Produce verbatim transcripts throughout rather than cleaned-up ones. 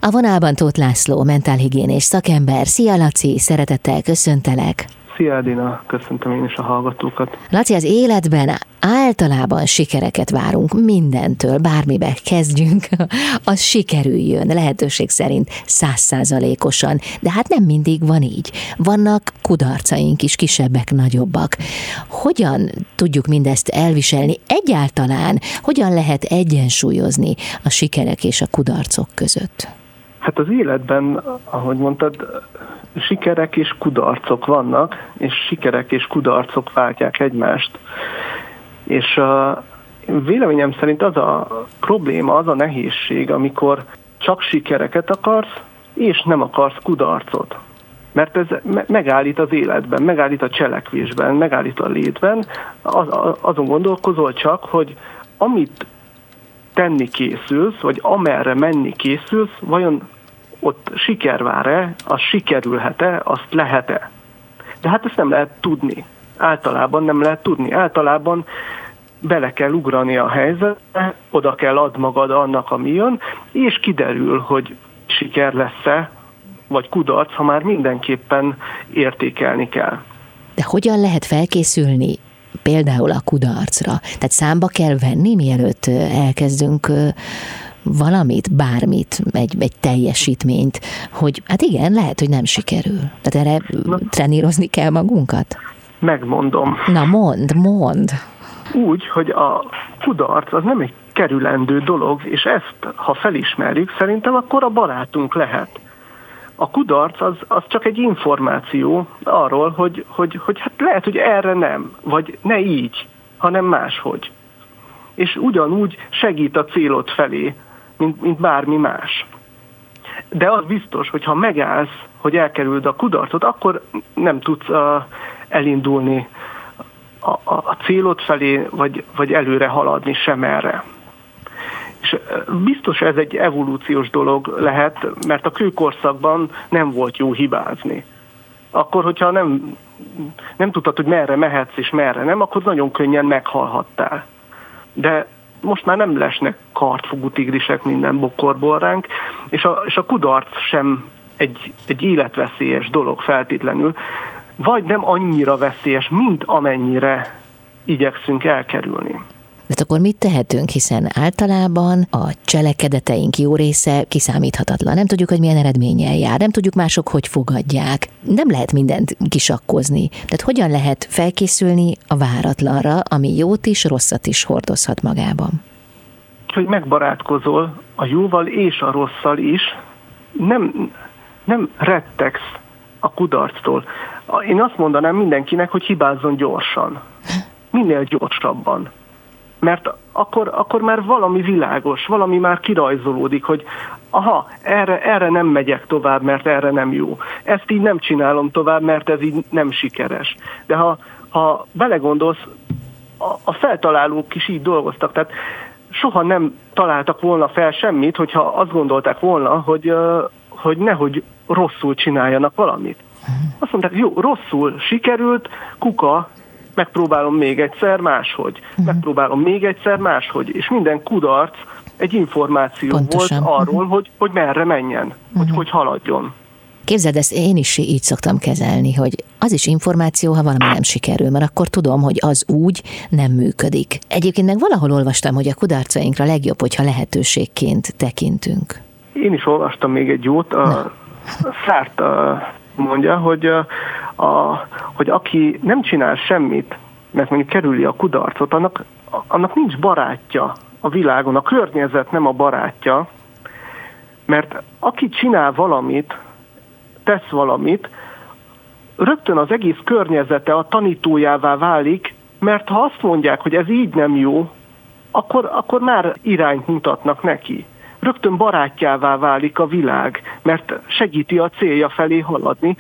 A vonalban Tóth László, mentálhigiénés szakember. Szia Laci, szeretettel köszöntelek. Szia Edina, köszöntöm én is a hallgatókat. Laci, az életben általában sikereket várunk mindentől, bármibe kezdjünk, az sikerüljön, lehetőség szerint százszázalékosan, de hát nem mindig van így. Vannak kudarcaink is, kisebbek, nagyobbak. Hogyan tudjuk mindezt elviselni? Egyáltalán hogyan lehet egyensúlyozni a sikerek és a kudarcok között? Hát az életben, ahogy mondtad, sikerek és kudarcok vannak, és sikerek és kudarcok váltják egymást. És a véleményem szerint az a probléma, az a nehézség, amikor csak sikereket akarsz, és nem akarsz kudarcot. Mert ez megállít az életben, megállít a cselekvésben, megállít a létben. Az, azon gondolkozol csak, hogy amit tenni készülsz, vagy amerre menni készülsz, vajon ott siker vár-e, az sikerülhet-e, azt lehet-e. De hát ezt nem lehet tudni. Általában nem lehet tudni. Általában bele kell ugrani a helyzetbe, oda kell adni magad annak, ami jön, és kiderül, hogy siker lesz-e, vagy kudarc, ha már mindenképpen értékelni kell. De hogyan lehet felkészülni például a kudarcra? Tehát számba kell venni, mielőtt elkezdünk valamit, bármit, egy, egy teljesítményt, hogy hát igen, lehet, hogy nem sikerül. Tehát erre Na, trenírozni kell magunkat? Megmondom. Na mondd, mondd. Úgy, hogy a kudarc az nem egy kerülendő dolog, és ezt, ha felismerjük, szerintem akkor a barátunk lehet. A kudarc az, az csak egy információ arról, hogy, hogy, hogy hát lehet, hogy erre nem, vagy ne így, hanem máshogy. És ugyanúgy segít a célod felé, mint, mint bármi más. De az biztos, hogy ha megállsz, hogy elkerüld a kudarcot, akkor nem tudsz uh, elindulni a, a, a célod felé, vagy, vagy előre haladni sem erre. És biztos ez egy evolúciós dolog lehet, mert a kőkorszakban nem volt jó hibázni. Akkor, hogyha nem, nem tudtad, hogy merre mehetsz és merre nem, akkor nagyon könnyen meghalhattál. De most már nem lesnek kartfogú tigrisek minden bokorból ránk, és a, és a kudarc sem egy, egy életveszélyes dolog feltétlenül, vagy nem annyira veszélyes, mint amennyire igyekszünk elkerülni. De akkor mit tehetünk, hiszen általában a cselekedeteink jó része kiszámíthatatlan. Nem tudjuk, hogy milyen eredménnyel jár, nem tudjuk mások, hogy fogadják. Nem lehet mindent kisakkozni. Tehát hogyan lehet felkészülni a váratlanra, ami jót is, rosszat is hordozhat magában? Hogy megbarátkozol a jóval és a rosszal is, nem, nem rettegsz a kudarctól. Én azt mondanám mindenkinek, hogy hibázzon gyorsan. Minél gyorsabban. Mert akkor, akkor már valami világos, valami már kirajzolódik, hogy aha, erre, erre nem megyek tovább, mert erre nem jó. Ezt így nem csinálom tovább, mert ez így nem sikeres. De ha, ha belegondolsz, a, a feltalálók is így dolgoztak, tehát soha nem találtak volna fel semmit, hogyha azt gondolták volna, hogy, hogy nehogy rosszul csináljanak valamit. Azt mondták, jó, rosszul sikerült, kuka, megpróbálom még egyszer máshogy, uh-huh. megpróbálom még egyszer máshogy, és minden kudarc egy információ Pontosan. volt arról, uh-huh. hogy, hogy merre menjen, uh-huh. hogy hogy haladjon. Képzeld, ezt én is így szoktam kezelni, hogy az is információ, ha valami nem sikerül, mert akkor tudom, hogy az úgy nem működik. Egyébként meg valahol olvastam, hogy a kudarcainkra legjobb, hogyha lehetőségként tekintünk. Én is olvastam még egy jót, a Sartre mondja, hogy A, hogy aki nem csinál semmit, mert mondjuk kerüli a kudarcot, annak, annak nincs barátja a világon, a környezet nem a barátja, mert aki csinál valamit, tesz valamit, rögtön az egész környezete a tanítójává válik, mert ha azt mondják, hogy ez így nem jó, akkor, akkor már irányt mutatnak neki. Rögtön barátjává válik a világ, mert segíti a célja felé haladni,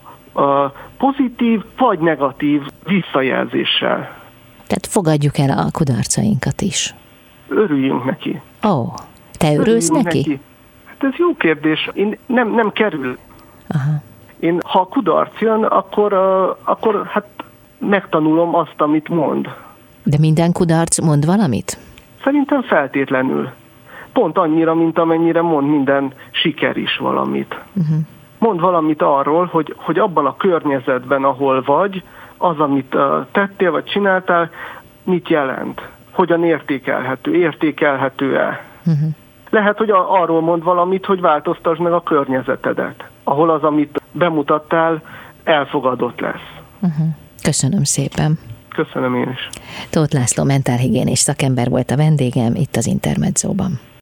a pozitív vagy negatív visszajelzéssel. Tehát fogadjuk el a kudarcainkat is. Örüljünk neki. Ó, oh, te örülsz neki? neki? Hát ez jó kérdés. Én nem, nem kerül. Aha. Én, ha a kudarc jön, akkor, uh, akkor hát megtanulom azt, amit mond. De minden kudarc mond valamit? Szerintem feltétlenül. Pont annyira, mint amennyire mond minden siker is valamit. Uh-huh. Mond valamit arról, hogy, hogy abban a környezetben, ahol vagy, az, amit uh, tettél vagy csináltál, mit jelent, hogyan értékelhető, értékelhető-e. Uh-huh. Lehet, hogy a, arról mond valamit, hogy változtasd meg a környezetedet, ahol az, amit bemutattál, elfogadott lesz. Uh-huh. Köszönöm szépen. Köszönöm én is. Tóth László mentálhigiénés szakember volt a vendégem itt az Intermedzóban.